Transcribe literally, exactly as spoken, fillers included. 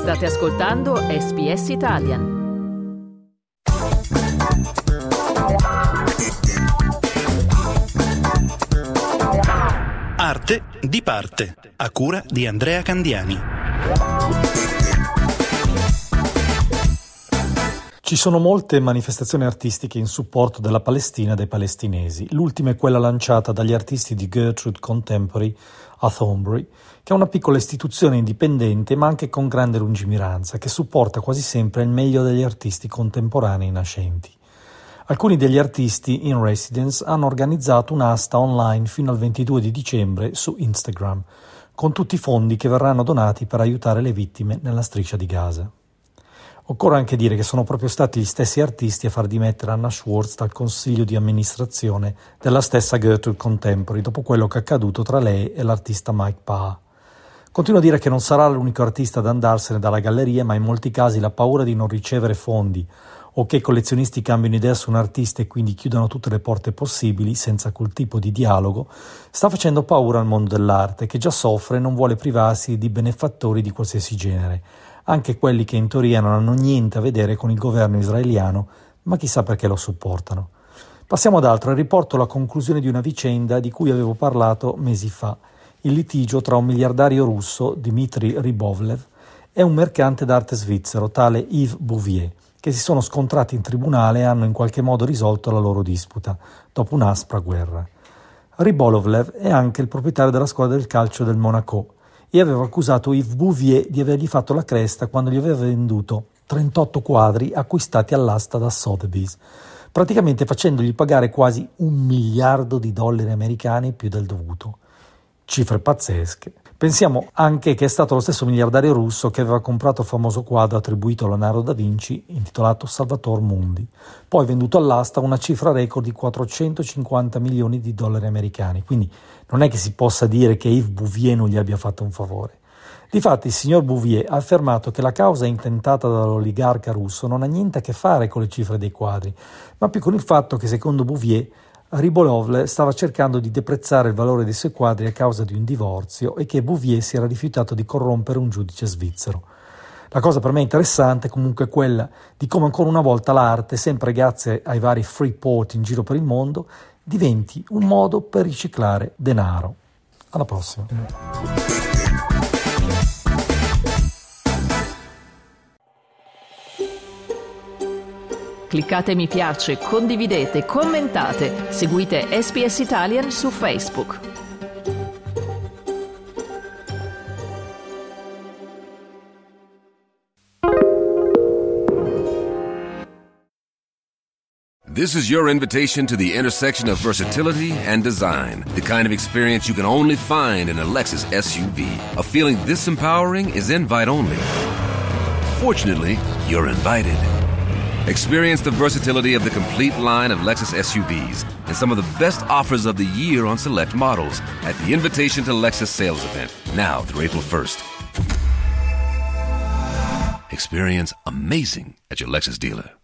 State ascoltando S B S Italian. Arte di parte, a cura di Andrea Candiani. Ci sono molte manifestazioni artistiche in supporto della Palestina e dei palestinesi. L'ultima è quella lanciata dagli artisti di Gertrude Contemporary a Thornbury, che è una piccola istituzione indipendente ma anche con grande lungimiranza, che supporta quasi sempre il meglio degli artisti contemporanei nascenti. Alcuni degli artisti in residence hanno organizzato un'asta online fino al ventidue di dicembre su Instagram, con tutti i fondi che verranno donati per aiutare le vittime nella striscia di Gaza. Occorre anche dire che sono proprio stati gli stessi artisti a far dimettere Anna Schwartz dal consiglio di amministrazione della stessa Gertrude Contemporary dopo quello che è accaduto tra lei e l'artista Mike Parr. Continuo a dire che non sarà l'unico artista ad andarsene dalla galleria, ma in molti casi la paura di non ricevere fondi o che i collezionisti cambino idea su un artista e quindi chiudano tutte le porte possibili senza quel tipo di dialogo sta facendo paura al mondo dell'arte, che già soffre e non vuole privarsi di benefattori di qualsiasi genere, anche quelli che in teoria non hanno niente a vedere con il governo israeliano, ma chissà perché lo supportano. Passiamo ad altro e riporto la conclusione di una vicenda di cui avevo parlato mesi fa, il litigio tra un miliardario russo, Dmitry Rybovlev, e un mercante d'arte svizzero, tale Yves Bouvier, che si sono scontrati in tribunale e hanno in qualche modo risolto la loro disputa, dopo un'aspra guerra. Rybovlev è anche il proprietario della squadra del calcio del Monaco, e aveva accusato Yves Bouvier di avergli fatto la cresta quando gli aveva venduto trentotto quadri acquistati all'asta da Sotheby's, praticamente facendogli pagare quasi un miliardo di dollari americani più del dovuto. Cifre pazzesche. Pensiamo anche che è stato lo stesso miliardario russo che aveva comprato il famoso quadro attribuito a Leonardo da Vinci intitolato Salvator Mundi, poi venduto all'asta una cifra record di quattrocentocinquanta milioni di dollari americani, quindi non è che si possa dire che Yves Bouvier non gli abbia fatto un favore. Difatti il signor Bouvier ha affermato che la causa intentata dall'oligarca russo non ha niente a che fare con le cifre dei quadri, ma più con il fatto che secondo Bouvier Rybovlev stava cercando di deprezzare il valore dei suoi quadri a causa di un divorzio e che Bouvier si era rifiutato di corrompere un giudice svizzero. La cosa per me interessante comunque è quella di come ancora una volta l'arte, sempre grazie ai vari free port in giro per il mondo, diventi un modo per riciclare denaro. Alla prossima. Cliccate mi piace, condividete, commentate, seguite S B S Italian su Facebook. This is your invitation to the intersection of versatility and design. The kind of experience you can only find in a Lexus S U V. A feeling this empowering is invite only. Fortunately, you're invited. Experience the versatility of the complete line of Lexus S U Vs and some of the best offers of the year on select models at the Invitation to Lexus sales event, now through April first. Experience amazing at your Lexus dealer.